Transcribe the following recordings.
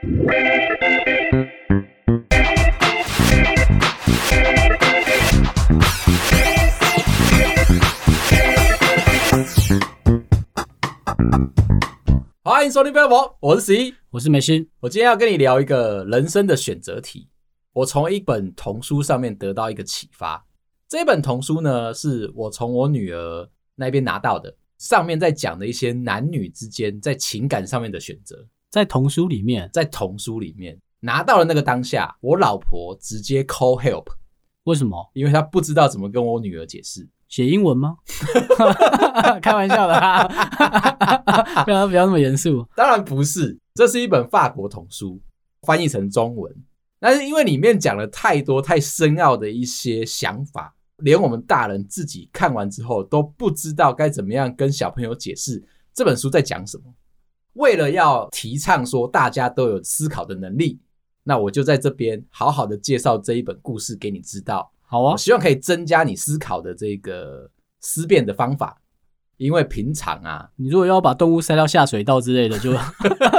欢迎收听飞博，我是11， 我是梅心。 我今天要跟你聊一个人生的选择题。我从一本童书上面得到一个启发。这本童书呢，是我从我女儿那边拿到的，上面在讲的一些男女之间在情感上面的选择。 在童书里面拿到了那个当下，我老婆直接 call help。 为什么？ 因为她不知道怎么跟我女儿解释。 写英文吗？开玩笑的啦，不要那么严肃。 当然不是，这是一本法国童书，翻译成中文。但是因为里面讲了太多太深奥的一些想法，连我们大人自己看完之后都不知道该怎么样跟小朋友解释这本书在讲什么。为了要提倡说大家都有思考的能力，那我就在这边好好的介绍这一本故事给你知道。 好啊， 我希望可以增加你思考的这个思辨的方法。因为平常啊， 你如果要把动物塞到下水道之类的，就我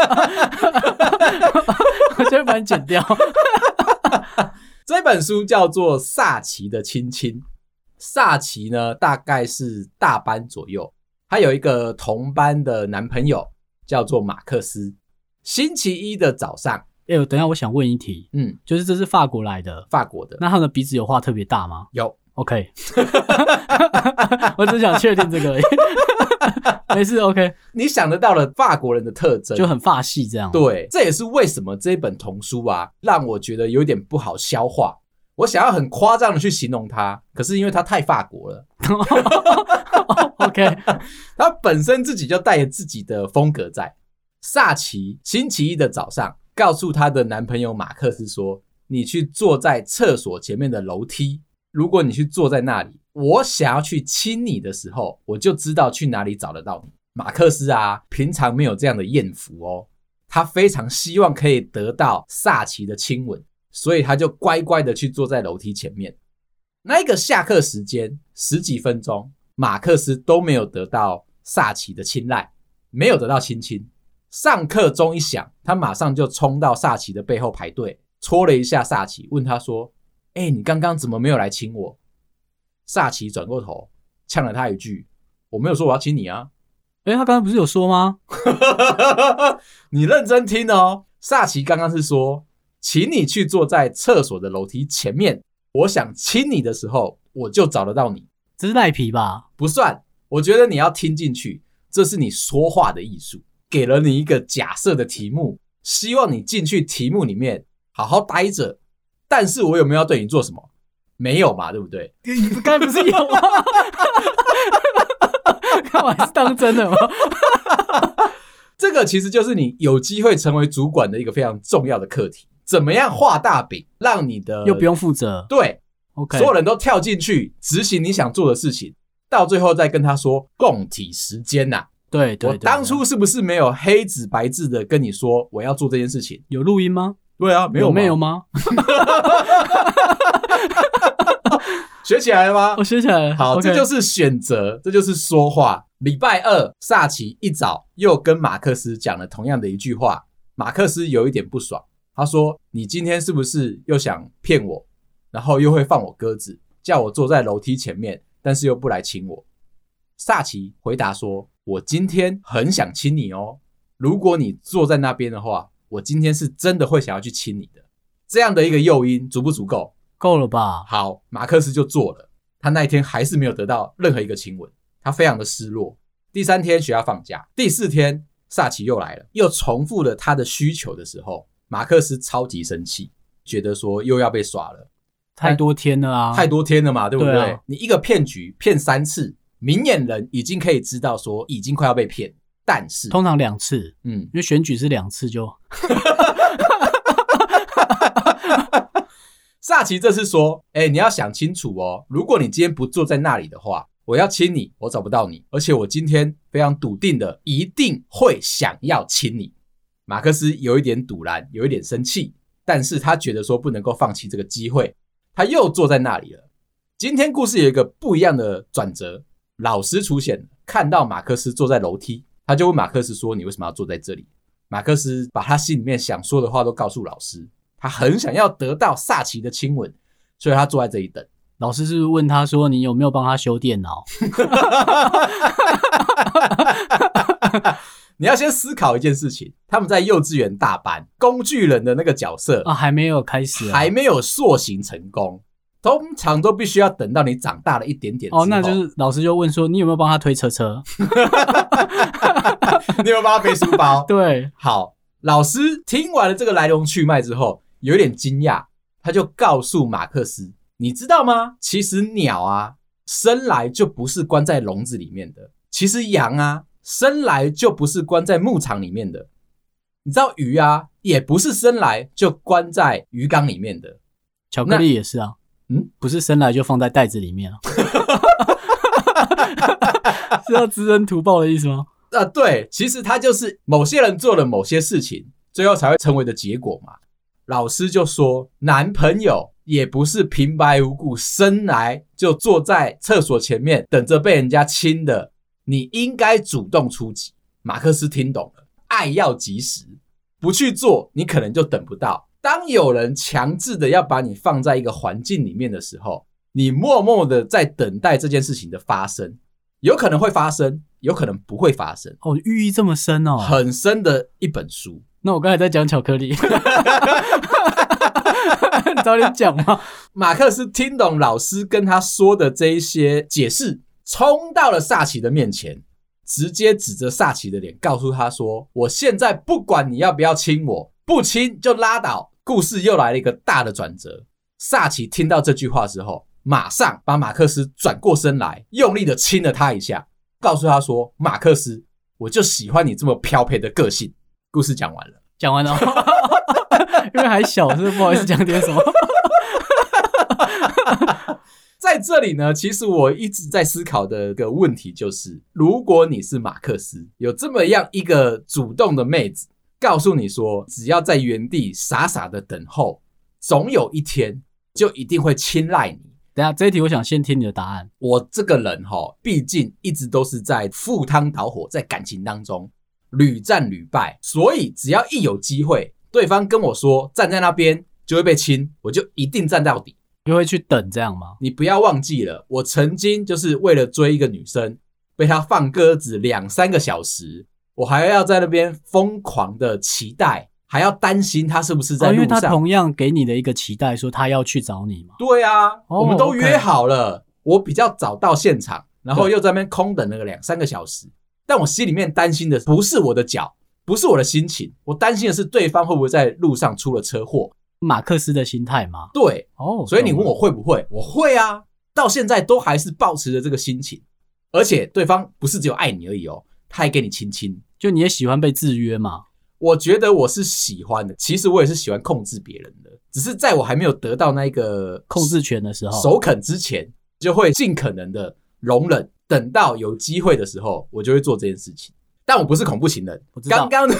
就会把你剪掉。 这本书叫做萨奇的亲亲。萨奇呢，大概是大班左右，他有一个同班的男朋友叫做马克思。星期一的早上， 等一下我想问一题，就是这是法国来的， 法国的， 那他们的鼻子有画特别大吗？ 有。 OK 我只想确定这个而已没事 OK。 你想得到了法国人的特征， 就很法系这样。 对，这也是为什么这本童书啊让我觉得有点不好消化。我想要很夸张的去形容它，可是因为它太法国了 OK 它本身自己就带着自己的风格在。萨奇星期一的早上告诉她的男朋友马克思说，你去坐在厕所前面的楼梯，如果你去坐在那里，我想要去亲你的时候，我就知道去哪里找得到你。马克思啊，平常没有这样的艳福哦，他非常希望可以得到萨奇的亲吻，所以他就乖乖的去坐在楼梯前面。那一个下课时间10几分钟，马克思都没有得到萨奇的青睐，没有得到亲亲。上课钟一响，他马上就冲到萨奇的背后排队，戳了一下萨奇，问他说，你刚刚怎么没有来亲我？萨奇转过头呛了他一句，我没有说我要亲你啊。 他刚刚不是有说吗？ 你认真听哦，萨奇刚刚是说，请你去坐在厕所的楼梯前面，我想亲你的时候我就找得到你。 这是赖皮吧？ 不算，我觉得你要听进去，这是你说话的艺术。给了你一个假设的题目，希望你进去题目里面好好待着，但是我有没有要对你做什么？没有嘛，对不对？ 你刚才不是有吗？看我还是当真的吗？ 这个其实就是你有机会成为主管的一个非常重要的课题。怎么样画大饼，让你的又不用负责， 对 OK， 所有人都跳进去执行你想做的事情，到最后再跟他说共体时间啊。 对， 我当初是不是没有黑纸白字的跟你说我要做这件事情？ 有录音吗？ 对啊，没有吗？学起来了吗？ 我学起来了。 好， okay， 这就是选择，这就是说话。礼拜二，萨奇一早又跟马克思讲了同样的一句话，马克思有一点不爽，他说，你今天是不是又想骗我，然后又会放我鸽子，叫我坐在楼梯前面，但是又不来亲我。萨奇回答说，我今天很想亲你哦，如果你坐在那边的话，我今天是真的会想要去亲你的。这样的一个诱因足不足够？ 够了吧？ 好，马克思就做了。他那一天还是没有得到任何一个亲吻，他非常的失落。第3天学校放假，第4天萨奇又来了，又重复了他的需求的时候，马克思超级生气，觉得说又要被耍了。 太多天了啊， 太多天了嘛，对不对？ 对啊， 你一个骗局骗3次，明眼人已经可以知道说已经快要被骗，但是通常2次，因为选举是2次就萨奇这次说，你要想清楚哦，如果你今天不坐在那里的话，我要亲你，我找不到你，而且我今天非常笃定的一定会想要亲你。马克思有一点堵然，有一点生气，但是他觉得说不能够放弃这个机会，他又坐在那里了。今天故事有一个不一样的转折，老师出现了，看到马克思坐在楼梯，他就问马克思说，你为什么要坐在这里？ 马克思把他心里面想说的话都告诉老师，他很想要得到萨奇的亲吻，所以他坐在这里等。 老师是不是问他说你有没有帮他修电脑？ 你要先思考一件事情，他们在幼稚园大班，工具人的那个角色还没有开始还没有塑形成功，通常都必须要等到你长大了一点点之后。 那就是老师就问说你有没有帮他推车车？ 你有没有帮他背书包？ 对， 好，老师听完了这个来龙去脉之后有点惊讶，他就告诉马克思，你知道吗？其实鸟啊生来就不是关在笼子里面的，其实羊啊生来就不是关在牧场里面的，你知道鱼啊也不是生来就关在鱼缸里面的， 巧克力也是啊，不是生来就放在袋子里面啊。是要知恩图报的意思吗？ 对，其实它就是某些人做了某些事情，最后才会成为的结果嘛。老师就说，男朋友也不是平白无故生来就坐在厕所前面等着被人家亲的，你应该主动出击。马克思听懂了，爱要及时，不去做你可能就等不到。当有人强制的要把你放在一个环境里面的时候，你默默的在等待这件事情的发生，有可能会发生，有可能不会发生。 寓意这么深哦， 很深的一本书。 那我刚才在讲巧克力。你早点讲嘛。 马克思听懂老师跟他说的这一些解释，冲到了萨奇的面前，直接指着萨奇的脸告诉他说，我现在不管你要不要亲我，不亲就拉倒。故事又来了一个大的转折。萨奇听到这句话之后，马上把马克思转过身来，用力的亲了他一下，告诉他说，马克思，我就喜欢你这么飘配的个性。故事讲完了。 讲完了。因为还小，是不好意思讲点什么。 在这里呢，其实我一直在思考的一个问题就是，如果你是马克思，有这么样一个主动的妹子告诉你说，只要在原地傻傻的等候，总有一天就一定会青睐你。 等一下，这一题我想先听你的答案。 我这个人毕竟一直都是在赴汤蹈火，在感情当中屡战屡败，所以只要一有机会，对方跟我说站在那边就会被亲，我就一定站到底， 就会去等这样吗？ 你不要忘记了，我曾经就是为了追一个女生，被她放鸽子2-3个小时，我还要在那边疯狂的期待，还要担心她是不是在路上。 因为她同样给你的一个期待，说她要去找你嘛。 对啊，我们都约好了，我比较早到现场，然后又在那边空等了个2-3个小时。但我心里面担心的不是我的脚，不是我的心情，我担心的是对方会不会在路上出了车祸。 马克思的心态嘛。 对，所以你问我会不会，我会啊，到现在都还是抱持着这个心情。而且对方不是只有爱你而已哦，他还给你亲亲。 就你也喜欢被制约嘛？ 我觉得我是喜欢的，其实我也是喜欢控制别人的，只是在我还没有得到那个控制权的时候， 首肯之前，就会尽可能的容忍，等到有机会的时候，我就会做这件事情。但我不是恐怖情人， 我知道。 刚刚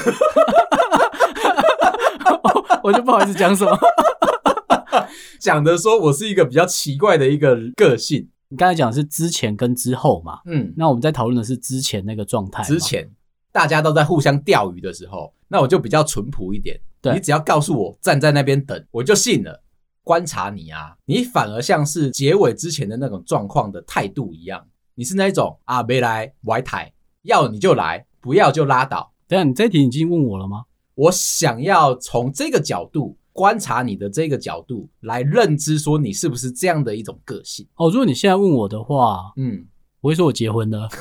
我就不好意思讲什么。 讲的说我是一个比较奇怪的一个个性。 你刚才讲的是之前跟之后嘛？那我们在讨论的是之前那个状态。 之前大家都在互相钓鱼的时候，那我就比较淳朴一点。你只要告诉我站在那边等，我就信了。观察你啊，你反而像是结尾之前的那种状况的态度一样，你是那一种啊，没来歪台，要你就来，不要就拉倒。 等一下，你这一题已经问我了吗？ 我想要从这个角度观察你的这个角度来认知说你是不是这样的一种个性。 如果你现在问我的话，我会说我结婚了。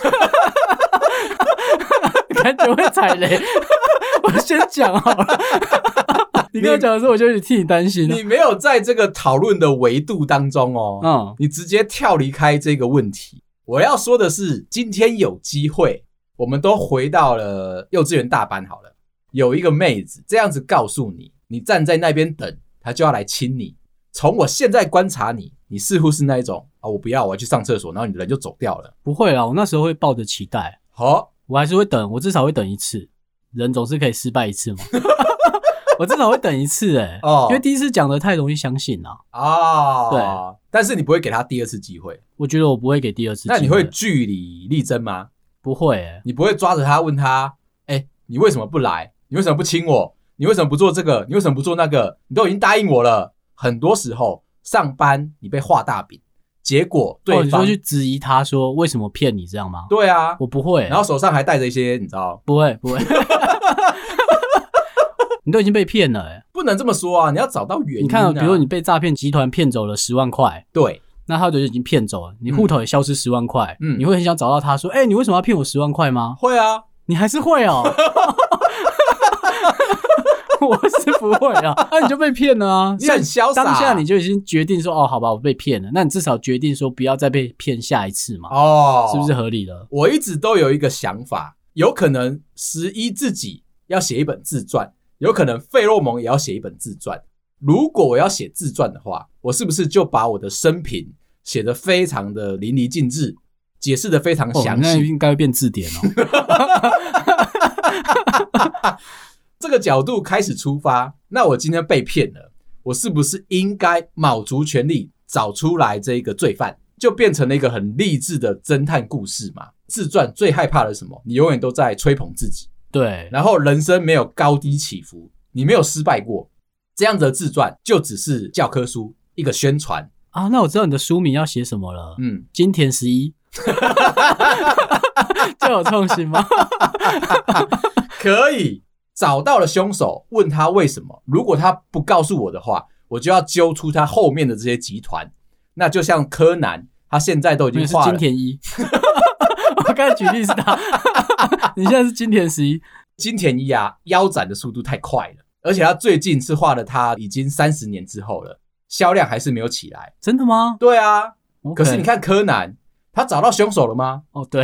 感觉会踩雷。我先讲好了。你跟我讲的时候，我就有点替你担心了。 你没有在这个讨论的维度当中哦，你直接跳离开这个问题。我要说的是，今天有机会，我们都回到了幼稚园大班好了。有一个妹子这样子告诉你，你站在那边等，她就要来亲你。从我现在观察你，你似乎是那一种我不要，我要去上厕所，然后你人就走掉了。 不会啦，我那时候会抱着期待。我还是会等，我至少会等一次。人总是可以失败一次嘛。我至少会等一次因为第一次讲的太容易相信了。对， 但是你不会给他第二次机会。 我觉得我不会给第二次机会。 那你会据理力争吗？ 不会你不会抓着他问他你为什么不来？ 你为什么不亲我？你为什么不做这个？你为什么不做那个？你都已经答应我了。很多时候上班你被画大饼，结果对方你说去质疑他说为什么骗你这样吗？ 对啊， 我不会。 然后手上还带着一些，你知道？ 不会。你都已经被骗了不能这么说啊！你要找到原因你看，比如你被诈骗集团骗走了10万块， 对， 那他就已经骗走了，你户头也消失10万块，你会很想找到他说，你为什么要骗我10万块吗？ 会啊， 你还是会哦。我是不会啊，那你就被骗了啊！ 你很潇洒， 当下你就已经决定说，好吧，我被骗了，那你至少决定说不要再被骗下一次嘛，是不是合理的？ 我一直都有一个想法，有可能11自己要写一本自传，有可能费洛蒙也要写一本自传。如果我要写自传的话，我是不是就把我的生平写得非常的淋漓尽致，解释得非常详细？ 那应该会变字典这个角度开始出发，那我今天被骗了，我是不是应该卯足全力找出来这个罪犯？就变成了一个很励志的侦探故事嘛。自传最害怕的是什么？你永远都在吹捧自己， 对， 然后人生没有高低起伏，你没有失败过，这样子的自传就只是教科书，一个宣传啊。那我知道你的书名要写什么了，金田11就有创新吗？ 可以。找到了凶手，问他为什么，如果他不告诉我的话，我就要揪出他后面的这些集团。那就像柯南，他现在都已经画了， 是金田一我刚才举例是他你现在是金田11。 金田一啊，腰斩的速度太快了，而且他最近是画了他已经30年之后了，销量还是没有起来。 真的吗？ 对啊，可是你看柯南，他找到凶手了吗？ 对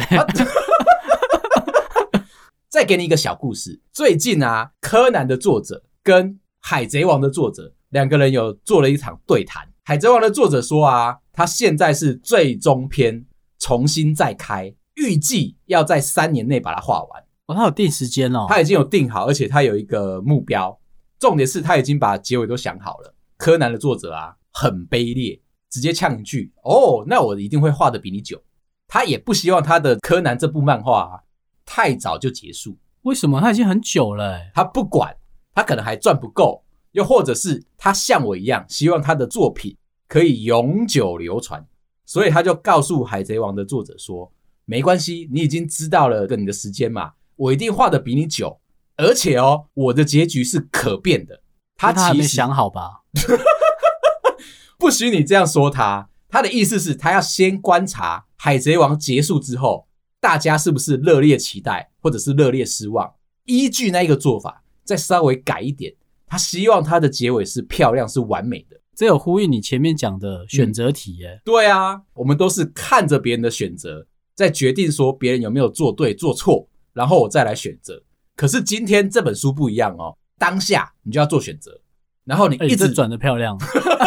再给你一个小故事，最近啊，柯南的作者跟海贼王的作者两个人有做了一场对谈。海贼王的作者说啊，他现在是最终篇重新再开，预计要在3年内把它画完。 他有定时间哦， 他已经有定好，而且他有一个目标。重点是他已经把结尾都想好了。柯南的作者啊，很卑劣，直接呛一句：那我一定会画得比你久。他也不希望他的柯南这部漫画啊太早就结束。 为什么？他已经很久了他不管，他可能还赚不够，又或者是他像我一样希望他的作品可以永久流传，所以他就告诉海贼王的作者说，没关系，你已经知道了你的时间嘛，我一定画得比你久，而且我的结局是可变的。他其实还没想好吧不许你这样说他的意思是他要先观察海贼王结束之后大家是不是热烈期待或者是热烈失望，依据那一个做法再稍微改一点，他希望他的结尾是漂亮是完美的。 这有呼应你前面讲的选择题耶。 对啊，我们都是看着别人的选择再决定说别人有没有做对做错，然后我再来选择。可是今天这本书不一样当下你就要做选择，然后你一直转得漂亮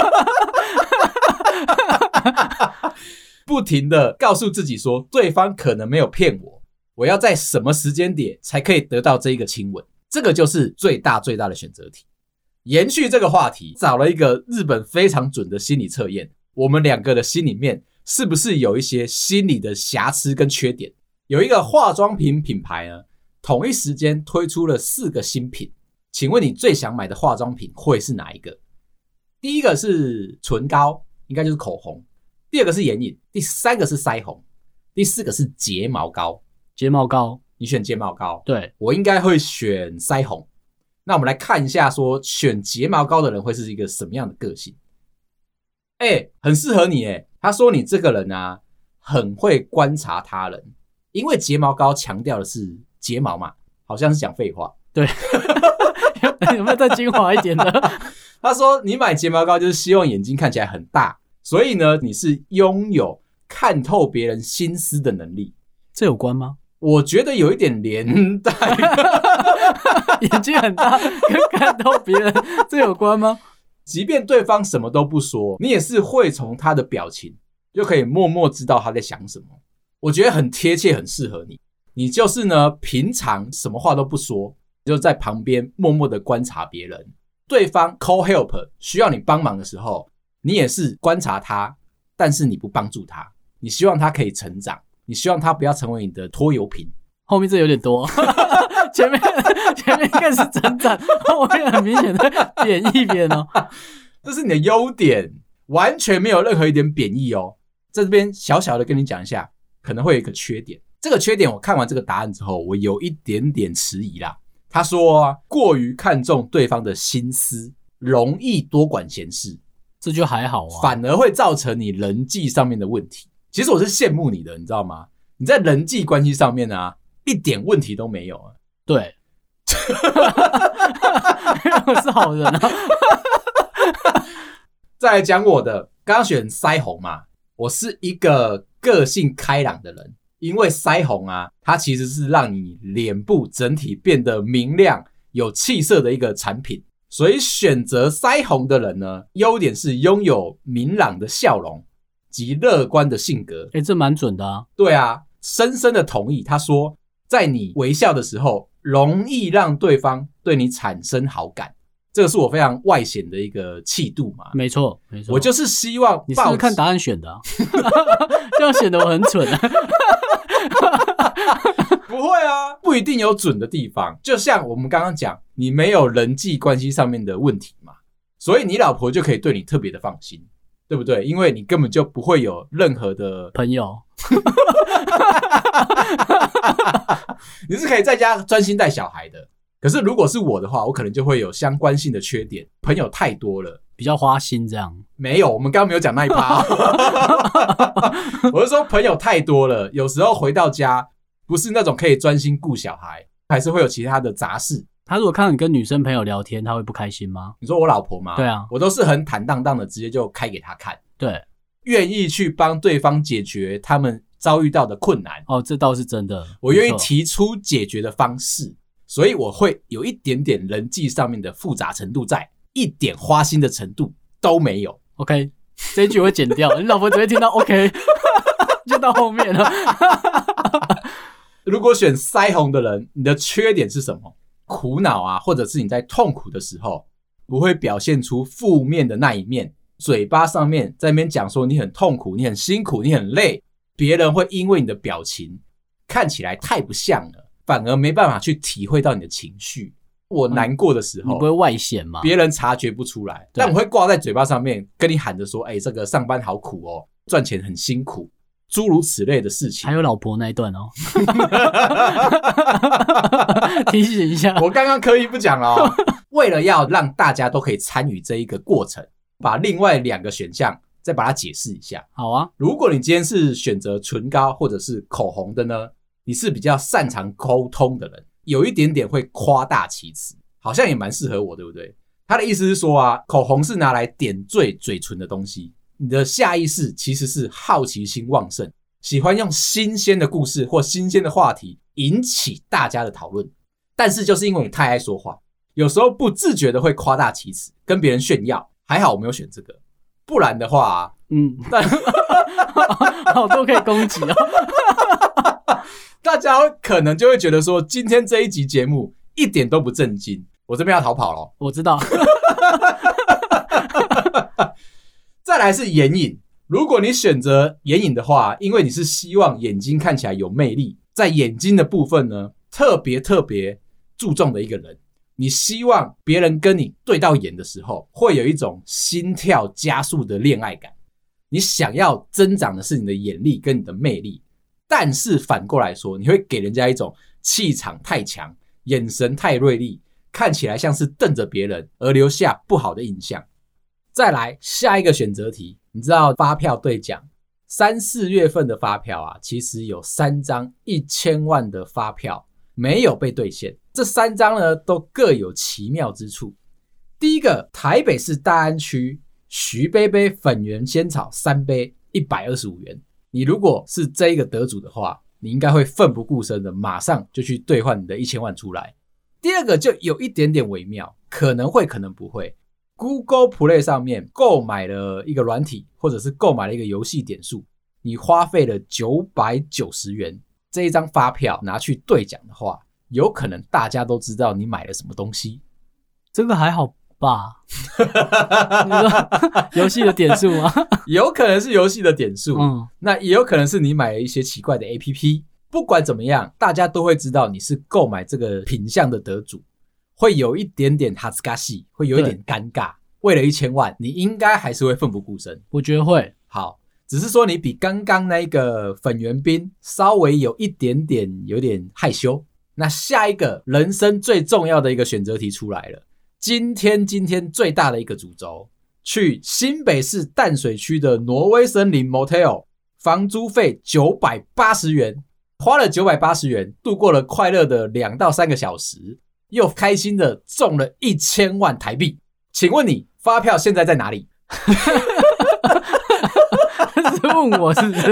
不停的告诉自己说对方可能没有骗我，我要在什么时间点才可以得到这一个亲吻，这个就是最大的选择题。延续这个话题，找了一个日本非常准的心理测验，我们两个的心里面是不是有一些心理的瑕疵跟缺点。有一个化妆品品牌呢，同一时间推出了4个新品，请问你最想买的化妆品会是哪一个？第一个是唇膏，应该就是口红，第2个是眼影，第3个是腮红，第4个是睫毛膏。 睫毛膏， 你选睫毛膏？ 对， 我应该会选腮红。那我们来看一下说选睫毛膏的人会是一个什么样的个性。很适合你他说你这个人啊很会观察他人，因为睫毛膏强调的是睫毛嘛，好像是讲废话。 对有没有再精华一点的他说你买睫毛膏就是希望眼睛看起来很大，所以呢你是拥有看透别人心思的能力。 这有关吗？ 我觉得有一点连带眼睛很大跟看透别人这有关吗？ 即便对方什么都不说，你也是会从他的表情就可以默默知道他在想什么。我觉得很贴切，很适合你。你就是呢平常什么话都不说，就在旁边默默的观察别人，对方 call help 需要你帮忙的时候，你也是观察他，但是你不帮助他，你希望他可以成长，你希望他不要成为你的拖油瓶。 后面这有点多前面应该是称赞，后面很明显的贬义边哦。 这是你的优点，完全没有任何一点贬义哦。在这边小小的跟你讲一下，可能会有一个缺点。这个缺点我看完这个答案之后，我有一点点迟疑啦。他说过于看重对方的心思，容易多管闲事， 这就还好啊， 反而会造成你人际上面的问题。其实我是羡慕你的，你知道吗？你在人际关系上面啊，一点问题都没有啊。 对，我是好人啊。 再来讲我的，刚刚选腮红嘛，我是一个个性开朗的人，因为腮红啊，它其实是让你脸部整体变得明亮、有气色的一个产品，所以选择腮红的人呢，优点是拥有明朗的笑容及乐观的性格。 这蛮准的啊。 对啊，深深的同意。他说，在你微笑的时候，容易让对方对你产生好感。这个是我非常外显的一个气度嘛。 没错。 我就是希望你是不是看答案选的啊？这样显得我很蠢啊。 不会啊，不一定有准的地方。就像我们刚刚讲，你没有人际关系上面的问题嘛，所以你老婆就可以对你特别的放心，对不对？因为你根本就不会有任何的朋友。 你是可以在家专心带小孩的。可是如果是我的话，我可能就会有相关性的缺点，朋友太多了， 比较花心这样。 没有，我们刚刚没有讲那一趴。我是说朋友太多了，有时候回到家不是那种可以专心顾小孩，还是会有其他的杂事。 他如果看到你跟女生朋友聊天，他会不开心吗？ 你说我老婆吗？ 对啊， 我都是很坦荡荡的直接就开给他看。 对， 愿意去帮对方解决他们遭遇到的困难。 这倒是真的。 我愿意提出解决的方式，所以我会有一点点人际上面的复杂程度在，一点花心的程度都没有。 OK， 这一句我会剪掉，你老婆只会听到 OK， 就到后面了。 如果选腮红的人，你的缺点是什么？苦恼啊，或者是你在痛苦的时候，不会表现出负面的那一面，嘴巴上面在那边讲说你很痛苦，你很辛苦，你很累，别人会因为你的表情看起来太不像了，反而没办法去体会到你的情绪。我难过的时候， 你不会外显吗？ 别人察觉不出来，但我会挂在嘴巴上面跟你喊着说，这个上班好苦哦，赚钱很辛苦，诸如此类的事情。 还有老婆那一段哦。提醒一下， 我刚刚刻意不讲了哦。为了要让大家都可以参与这一个过程，把另外2个选项再把它解释一下。 好啊， 如果你今天是选择唇膏或者是口红的呢，你是比较擅长沟通的人，有一点点会夸大其词，好像也蛮适合我，对不对？他的意思是说啊，口红是拿来点缀嘴唇的东西，你的下意识其实是好奇心旺盛，喜欢用新鲜的故事或新鲜的话题引起大家的讨论。但是就是因为你太爱说话，有时候不自觉的会夸大其词，跟别人炫耀。还好我没有选这个，不然的话好多可以攻击哦。 大家可能就会觉得说，今天这一集节目一点都不正经，我这边要逃跑了。 我知道。 再来是眼影，如果你选择眼影的话，因为你是希望眼睛看起来有魅力，在眼睛的部分呢，特别注重的一个人，你希望别人跟你对到眼的时候，会有一种心跳加速的恋爱感。你想要增长的是你的眼力跟你的魅力，但是反过来说，你会给人家一种气场太强，眼神太锐利，看起来像是瞪着别人，而留下不好的印象。再来下一个选择题，你知道发票兑奖3、4月份的发票啊，其实有3张1000万的发票没有被兑现。这3张呢，都各有奇妙之处。第一个，台北市大安区徐杯杯粉圆仙草3杯125元，你如果是这一个得主的话，你应该会奋不顾身的马上就去兑换你的1000万出来。第二个就有一点点微妙，可能会可能不会。Google Play 上面购买了一个软体，或者是购买了一个游戏点数，你花费了990元，这一张发票拿去兑奖的话，有可能大家都知道你买了什么东西。 这个还好吧？你说游戏的点数吗？ 有可能是游戏的点数，那也有可能是你买了一些奇怪的 APP， 不管怎么样，大家都会知道你是购买这个品项的得主，会有一点点哈斯卡西，会有一点尴尬。为了1000万，你应该还是会奋不顾身。 我觉得会。 好，只是说你比刚刚那个粉圆冰稍微有一点点有点害羞。那下一个人生最重要的一个选择题出来了。今天最大的一个主轴，去新北市淡水区的挪威森林 Motel， 房租费980元，花了980元度过了快乐的2到3个小时，又开心的中了1000万台币。请问你发票现在在哪里？ 是问我是不是？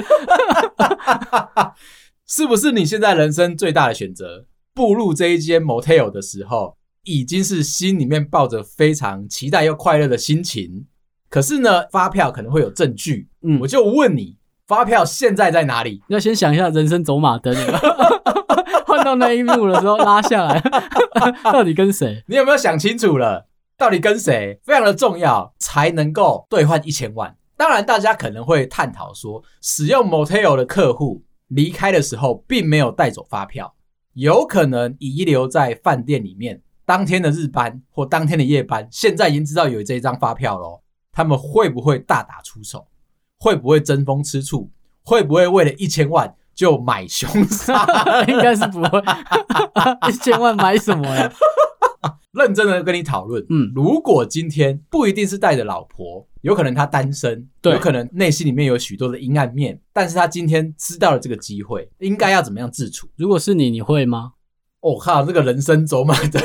是不是你现在人生最大的选择？步入这一间 Motel 的时候，已经是心里面抱着非常期待又快乐的心情。可是呢，发票可能会有证据。我就问你，发票现在在哪里？ 要先想一下人生走马灯。换到那一幕的时候拉下来，到底跟谁？ 你有没有想清楚了？到底跟谁？非常的重要，才能够兑换1000万。当然，大家可能会探讨说，使用 Motel 的客户离开的时候并没有带走发票，有可能遗留在饭店里面，当天的日班或当天的夜班，现在已经知道有这一张发票咯，他们会不会大打出手？会不会争风吃醋？会不会为了1000万就买凶杀？ 应该是不会。1000万买什么呀？ 认真的跟你讨论，如果今天不一定是带着老婆，有可能他单身，有可能内心里面有许多的阴暗面，但是他今天知道了这个机会，应该要怎么样自处？ 如果是你会吗？ 我靠，这个人生走马灯。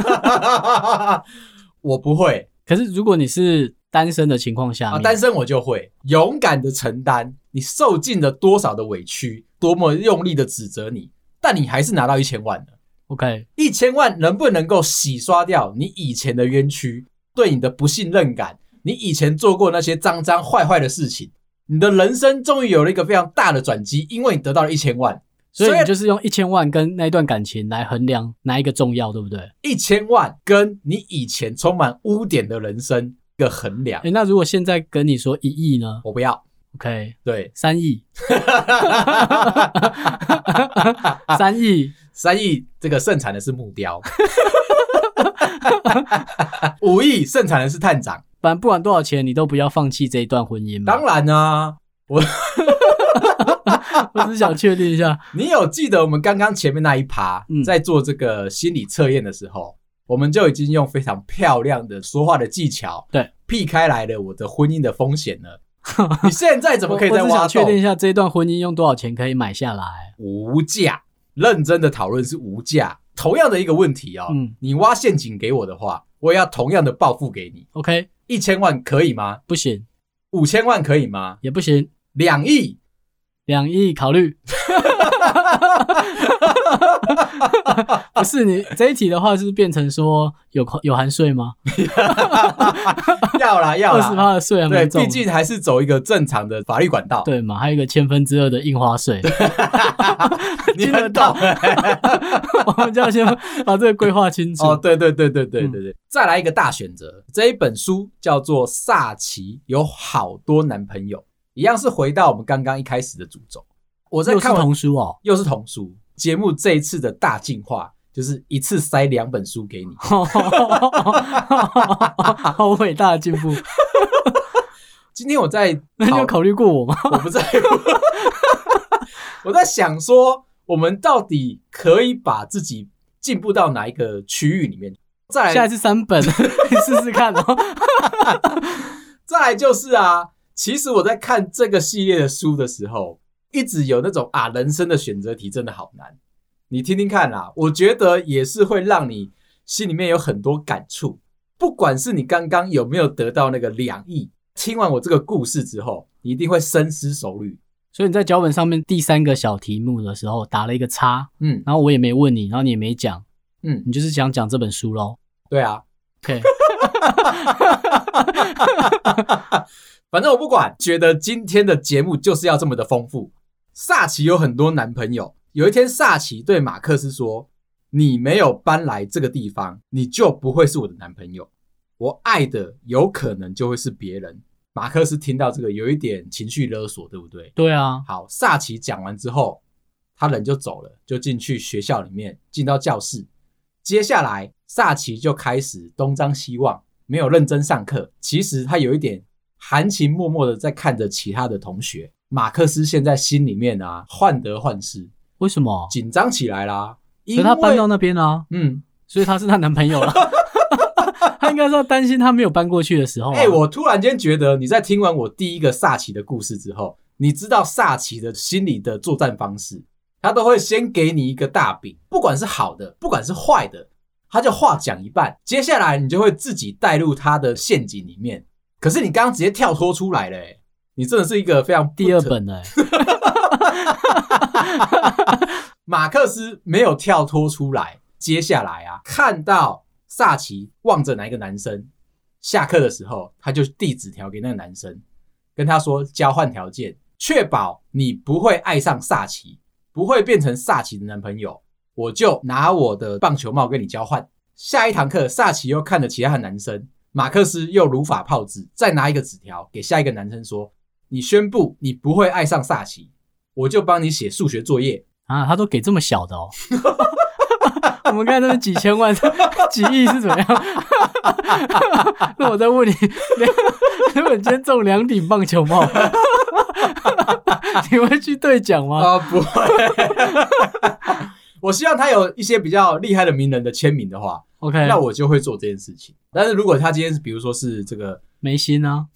我不会。 可是如果你是单身的情况下面， 单身我就会勇敢的承担你受尽了多少的委屈，多么用力的指责你，但你还是拿到1000万了。 OK， 1000万能不能够洗刷掉你以前的冤屈，对你的不信任感，你以前做过那些脏脏坏坏的事情，你的人生终于有了一个非常大的转机，因为你得到了1000万。 所以你就是用1000万跟那一段感情来衡量哪一个重要，对不对 ？1000万跟你以前充满污点的人生一个衡量。 那如果现在跟你说1亿呢？ 我不要。 OK， 对 ，3亿。3亿， 这个盛产的是木雕。5亿盛产的是探长。 反正不管多少钱，你都不要放弃这一段婚姻嘛。 当然啊，我只是想确定一下， 你有记得我们刚刚前面那一趴，在做这个心理测验的时候，我们就已经用非常漂亮的说话的技巧， 对， 避开来了我的婚姻的风险了。你现在怎么可以再挖洞？ 我只想确定一下这一段婚姻用多少钱可以买下来？ 无价，认真的讨论是无价。同样的一个问题哦，你挖陷阱给我的话，我也要同样的报复给你。 OK， 1000万可以吗？ 不行。 5000万可以吗？ 也不行。 2亿 ，2亿考虑。不是，你这一题的话是变成说有含税吗？ 要啦 20%的税还蛮重。 对，毕竟还是走一个正常的法律管道。 对嘛，还有一个2/1000的印花税。 你很懂。 我们就要先把这个规划清楚。 对。再来一个大选择，这一本书叫做《萨奇有好多男朋友》，一样是回到我们刚刚一开始的主轴。我在看又是童书哦， 又是童书。节目这一次的大进化，就是一次塞2本书给你。 好伟大的进步。 今天我在， 那你有考虑过我吗？ 我不在乎。我在想说，我们到底可以把自己进步到哪一个区域里面？再来， 现在是3本，你试试看哦。 再来就是啊，其实我在看这个系列的书的时候，一直有那种人生的选择题真的好难。你听听看啦，我觉得也是会让你心里面有很多感触。不管是你刚刚有没有得到那个2亿，听完我这个故事之后，你一定会深思熟虑。 所以你在脚本上面第3个小题目的时候打了一个叉，然后我也没问你，然后你也没讲，你就是想讲这本书咯。 对啊 ，OK。 反正我不管，觉得今天的节目就是要这么的丰富。萨奇有很多男朋友，有一天萨奇对马克思说，你没有搬来这个地方，你就不会是我的男朋友，我爱的有可能就会是别人。马克思听到这个有一点情绪勒索，对不对？ 对啊。 好，萨奇讲完之后， 他人就走了，就进去学校里面，进到教室。接下来萨奇就开始东张西望，没有认真上课。其实他有一点含情脉脉的在看着其他的同学。马克思现在心里面啊患得患失。 为什么？ 紧张起来啦。 因为他搬到那边啊，所以他是她男朋友了。他应该是要担心他没有搬过去的时候我突然间觉得你在听完我第一个萨奇的故事之后，你知道萨奇的心理的作战方式，他都会先给你一个大饼，不管是好的不管是坏的，他就话讲一半，接下来你就会自己带入他的陷阱里面。可是你刚刚直接跳脱出来了你真的是一个非常第二本了马克思没有跳脱出来，接下来啊，看到萨奇望着哪一个男生，下课的时候他就递纸条给那个男生，跟他说交换条件，确保你不会爱上萨奇，不会变成萨奇的男朋友，我就拿我的棒球帽跟你交换。下一堂课萨奇又看着其他的男生，马克思又如法炮制，再拿一个纸条给下一个男生说，你宣布你不会爱上萨奇，我就帮你写数学作业啊。他都给这么小的我们刚才那几千万几亿是怎么样那我再问你，如果你今天中2顶棒球帽你会去兑奖吗？ 不会我希望他有一些比较厉害的名人的签名的话 OK， 那我就会做这件事情。但是如果他今天是比如说是这个梅心啊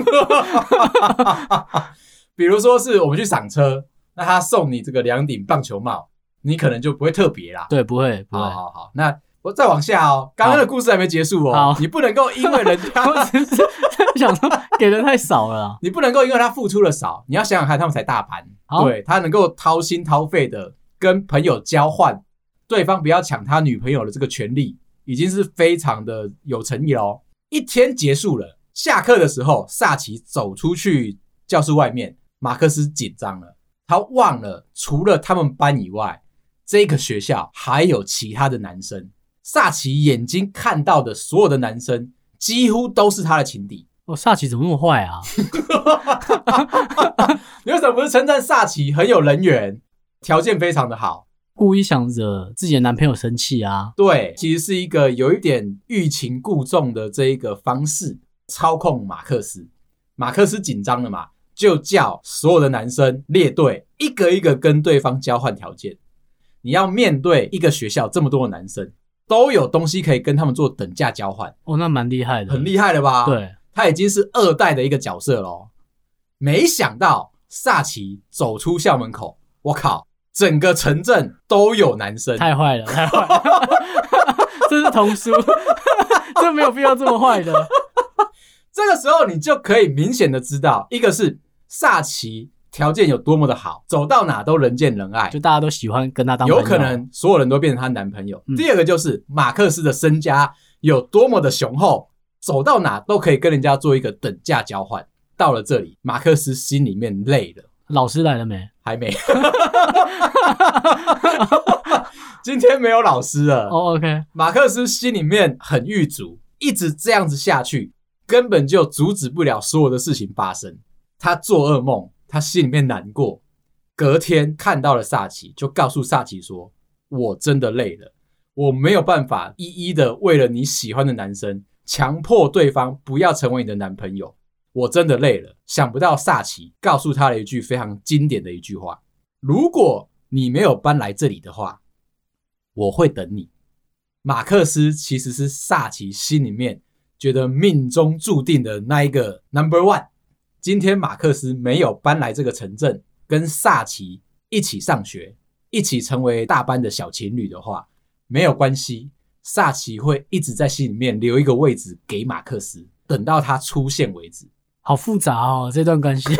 比如说是我们去赏车，那他送你这个2顶棒球帽，你可能就不会特别啦。 对，不会。 好，那我再往下刚刚的故事还没结束你不能够因为人家我只是想说给的太少了啦你不能够因为他付出的少，你要想想看他们才大班，对，他能够掏心掏肺的跟朋友交换，对方不要抢他女朋友的这个权利，已经是非常的有诚意咯。一天结束了，下课的时候萨奇走出去教室外面，马克思紧张了，他忘了除了他们班以外，这个学校还有其他的男生。萨奇眼睛看到的所有的男生几乎都是他的情敌。 萨奇怎么那么坏啊你为什么不是称赞萨奇很有人缘，条件非常的好， 故意想着自己的男朋友生气啊？ 对，其实是一个有一点欲擒故纵的这一个方式操控马克思。马克思紧张了嘛，就叫所有的男生列队，一个一个跟对方交换条件。你要面对一个学校这么多的男生，都有东西可以跟他们做等价交换。 那蛮厉害的。 很厉害了吧？ 对， 他已经是2代的一个角色咯。没想到萨奇走出校门口，我靠，整个城镇都有男生。 太坏了这是童书这没有必要这么坏的这个时候你就可以明显的知道，一个是萨奇条件有多么的好，走到哪都人见人爱， 就大家都喜欢跟他当朋友， 有可能所有人都变成他男朋友。第二个就是马克思的身家有多么的雄厚，走到哪都可以跟人家做一个等价交换。到了这里，马克思心里面累了。 老师来了没？ 还没今天没有老师了。 OK。 马克思心里面很郁卒，一直这样子下去根本就阻止不了所有的事情发生。他做噩梦，他心里面难过，隔天看到了萨奇，就告诉萨奇说，我真的累了，我没有办法一一的为了你喜欢的男生强迫对方不要成为你的男朋友，我真的累了。想不到萨奇告诉他了一句非常经典的一句话，如果你没有搬来这里的话，我会等你。马克思其实是萨奇心里面觉得命中注定的那一个 No.1。 今天马克思没有搬来这个城镇跟萨奇一起上学，一起成为大班的小情侣的话，没有关系，萨奇会一直在心里面留一个位置给马克思，等到他出现为止。 好复杂这段关系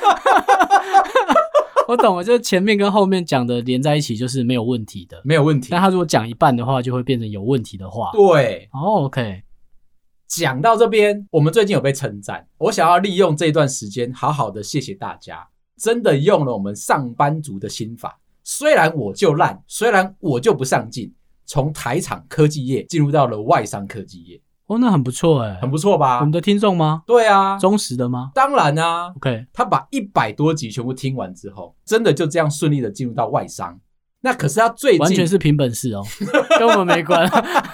我懂了，就是前面跟后面讲的连在一起就是没有问题的， 没有问题。 但他如果讲一半的话，就会变成有问题的话。 对 OK。 讲到这边，我们最近有被称赞，我想要利用这段时间好好的谢谢大家，真的用了我们上班族的心法。虽然我就烂，虽然我就不上进，从台厂科技业进入到了外商科技业， 哦，那很不错欸， 很不错吧？ 我们的听众吗？ 对啊， 忠实的吗？ 当然啊。 OK， 他把100多集全部听完之后，真的就这样顺利的进入到外商。那可是他最近完全是凭本事哦，跟我们没关。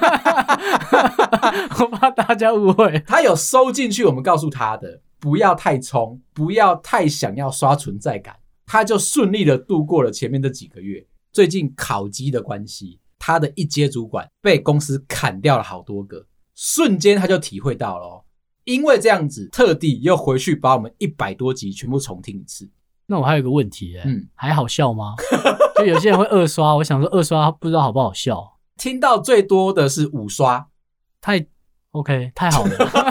我怕大家误会。 他有收进去我们告诉他的，不要太冲，不要太想要刷存在感，他就顺利的度过了前面这几个月。最近考绩的关系，他的一阶主管被公司砍掉了好多个，瞬间他就体会到了哦。因为这样子，特地又回去把我们100多集全部重听一次。 那我还有一个问题还好笑吗？就有些人会二刷，我想说二刷不知道好不好笑。 听到最多的是5刷， 太 OK， 太好了。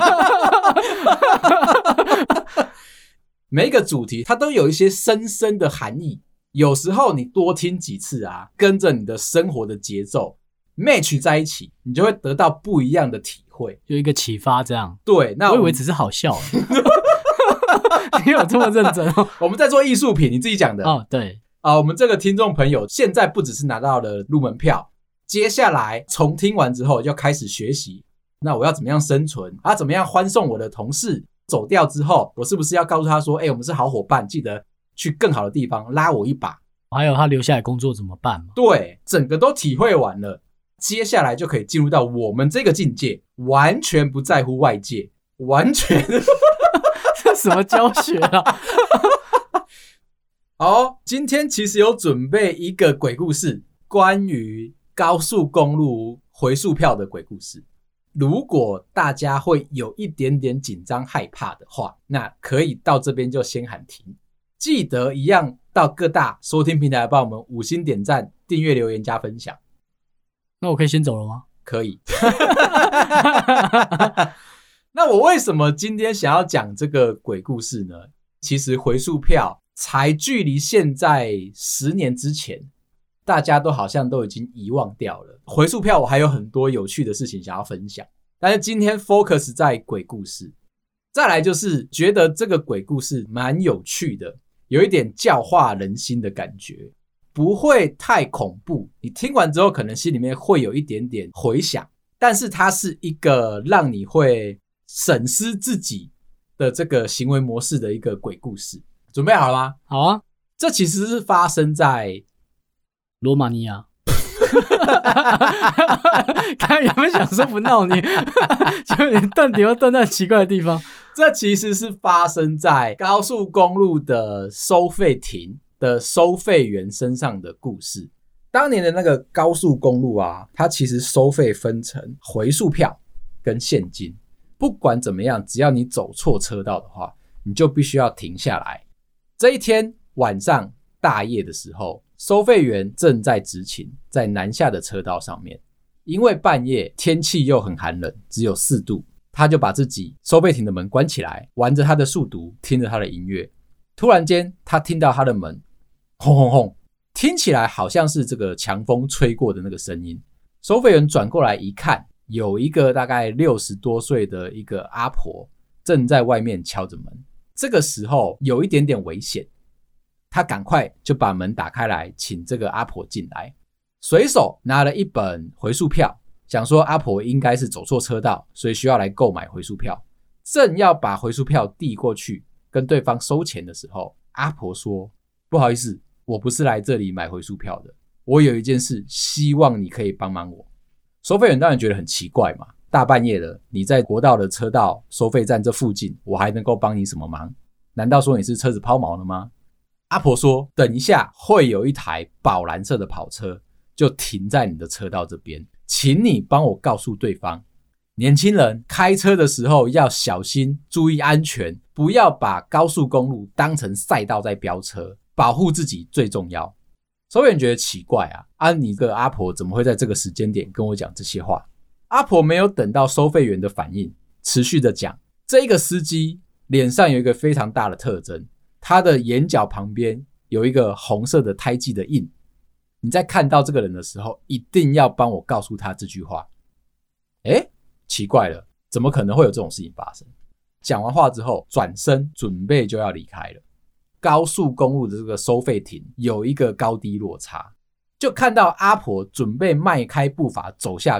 每一个主题它都有一些深深的含义，有时候你多听几次啊，跟着你的生活的节奏 match 在一起，你就会得到不一样的体会， 有一个启发这样。 对，那我以为只是好笑。你有这么认真哦？ 我们在做艺术品，你自己讲的哦，对我们这个听众朋友现在不只是拿到了入门票，接下来重听完之后要开始学习，那我要怎么样生存怎么样欢送我的同事走掉之后，我是不是要告诉他说我们是好伙伴，记得去更好的地方拉我一把， 还有他留下来工作怎么办嘛？ 对，整个都体会完了，接下来就可以进入到我们这个境界，完全不在乎外界，完全这什么教学啊？ 好，今天其实有准备一个鬼故事，关于高速公路回数票的鬼故事。如果大家会有一点点紧张害怕的话，那可以到这边就先喊停。记得一样到各大收听平台帮我们5星点赞、订阅、留言、加分享。 那我可以先走了吗？ 可以。那我为什么今天想要讲这个鬼故事呢？其实回数票才距离现在10年之前，大家都好像都已经遗忘掉了。回数票我还有很多有趣的事情想要分享，但是今天 focus 在鬼故事。再来就是觉得这个鬼故事蛮有趣的，有一点教化人心的感觉，不会太恐怖，你听完之后可能心里面会有一点点回响，但是它是一个让你会审视自己的这个行为模式的一个鬼故事。准备好了吗？ 好啊。 这其实是发生在罗马尼亚。看有没有想说不闹你，就你断点又断在奇怪的地方。 这其实是发生在高速公路的收费亭的收费员身上的故事。当年的那个高速公路啊，它其实收费分成回数票跟现金。不管怎么样，只要你走错车道的话，你就必须要停下来。这一天晚上大夜的时候，收费员正在执勤，在南下的车道上面，因为半夜天气又很寒冷，只有4度，他就把自己收费亭的门关起来，玩着他的数独，听着他的音乐。突然间他听到他的门轰轰轰，听起来好像是这个强风吹过的那个声音。收费员转过来一看，有一个大概60多岁的一个阿婆正在外面敲着门。这个时候有一点点危险，他赶快就把门打开来，请这个阿婆进来，随手拿了一本回数票，想说阿婆应该是走错车道，所以需要来购买回数票。正要把回数票递过去跟对方收钱的时候，阿婆说，不好意思，我不是来这里买回数票的，我有一件事希望你可以帮忙我。收费员当然觉得很奇怪嘛，大半夜的，你在国道的车道收费站这附近，我还能够帮你什么忙？难道说你是车子抛锚了吗？阿婆说，等一下会有一台宝蓝色的跑车就停在你的车道这边，请你帮我告诉对方，年轻人开车的时候要小心，注意安全，不要把高速公路当成赛道在飙车，保护自己最重要。收费员觉得奇怪你个阿婆怎么会在这个时间点跟我讲这些话？阿婆没有等到收费员的反应，持续的讲，这个司机脸上有一个非常大的特征，他的眼角旁边有一个红色的胎记的印，你在看到这个人的时候，一定要帮我告诉他这句话。奇怪了，怎么可能会有这种事情发生？讲完话之后，转身准备就要离开了。高速公路的这个收费亭有一个高低落差，就看到阿婆准备迈开步伐走下去，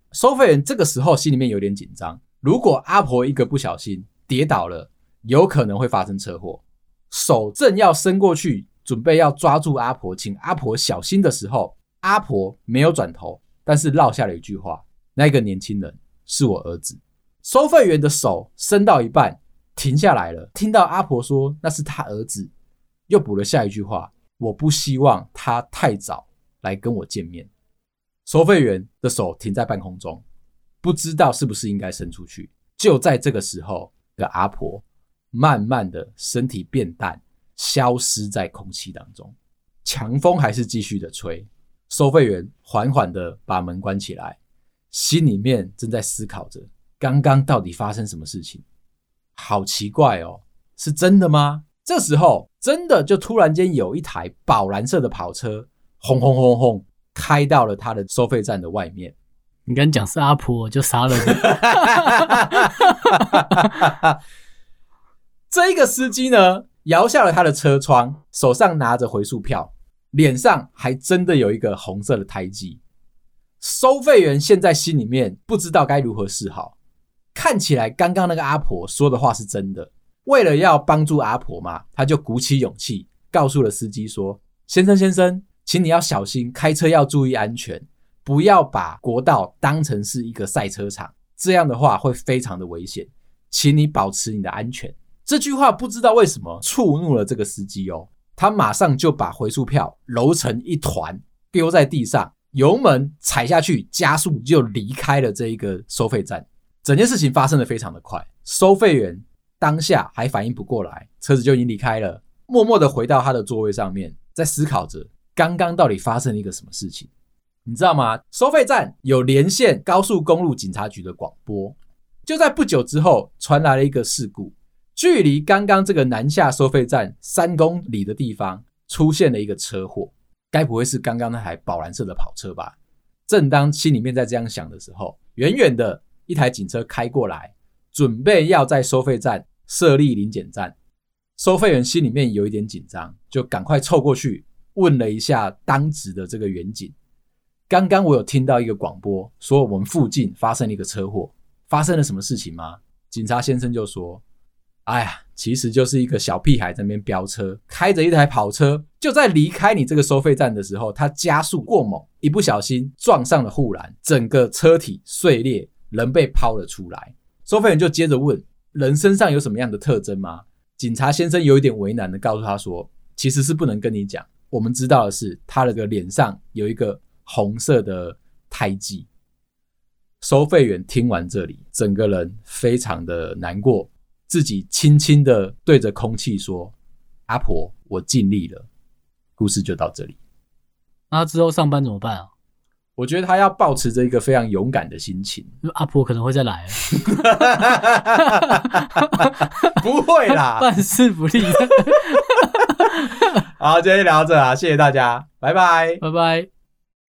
收费员这个时候心里面有点紧张，如果阿婆一个不小心跌倒了，有可能会发生车祸。手正要伸过去准备要抓住阿婆，请阿婆小心的时候，阿婆没有转头，但是落下了一句话，那个年轻人是我儿子。收费员的手伸到一半停下来了，听到阿婆说那是他儿子，又补了下一句话，我不希望他太早来跟我见面。收费员的手停在半空中，不知道是不是应该伸出去。就在这个时候，阿婆慢慢的身体变淡，消失在空气当中。强风还是继续的吹，收费员缓缓的把门关起来，心里面正在思考着刚刚到底发生什么事情。好奇怪哦，是真的吗？这时候真的就突然间有一台宝蓝色的跑车轰轰轰轰开到了他的收费站的外面。 你刚讲是阿婆就杀了你。 这一个司机呢，摇下了他的车窗，手上拿着回数票，脸上还真的有一个红色的胎记。收费员现在心里面不知道该如何是好，看起来刚刚那个阿婆说的话是真的，为了要帮助阿婆嘛，他就鼓起勇气告诉了司机说，先生，请你要小心，开车要注意安全，不要把国道当成是一个赛车场，这样的话会非常的危险，请你保持你的安全。这句话不知道为什么触怒了这个司机哦，他马上就把回数票揉成一团丢在地上，油门踩下去，加速就离开了这一个收费站。整件事情发生得非常的快，收费员当下还反应不过来，车子就已经离开了，默默的回到他的座位上面，在思考着刚刚到底发生了一个什么事情。你知道吗？收费站有连线高速公路警察局的广播，就在不久之后传来了一个事故，距离刚刚这个南下收费站3公里的地方出现了一个车祸，该不会是刚刚那台宝蓝色的跑车吧？正当心里面在这样想的时候，远远的一台警车开过来，准备要在收费站设立临检站。收费员心里面有一点紧张，就赶快凑过去问了一下当值的这个员警，刚刚我有听到一个广播说我们附近发生了一个车祸，发生了什么事情吗？警察先生就说，哎呀，其实就是一个小屁孩在那边飙车，开着一台跑车，就在离开你这个收费站的时候，他加速过猛，一不小心撞上了护栏，整个车体碎裂，人被抛了出来。收费员就接着问，人身上有什么样的特征吗？警察先生有一点为难的告诉他说，其实是不能跟你讲，我们知道的是他的脸上有一个红色的胎记。收费员听完这里，整个人非常的难过，自己轻轻的对着空气说，阿婆，我尽力了。故事就到这里。 那之后上班怎么办啊？ 我觉得他要抱持着一个非常勇敢的心情。 阿婆可能会再来。 不会啦， 办事不力。 好，今天聊到这啦，谢谢大家，拜拜， 拜拜。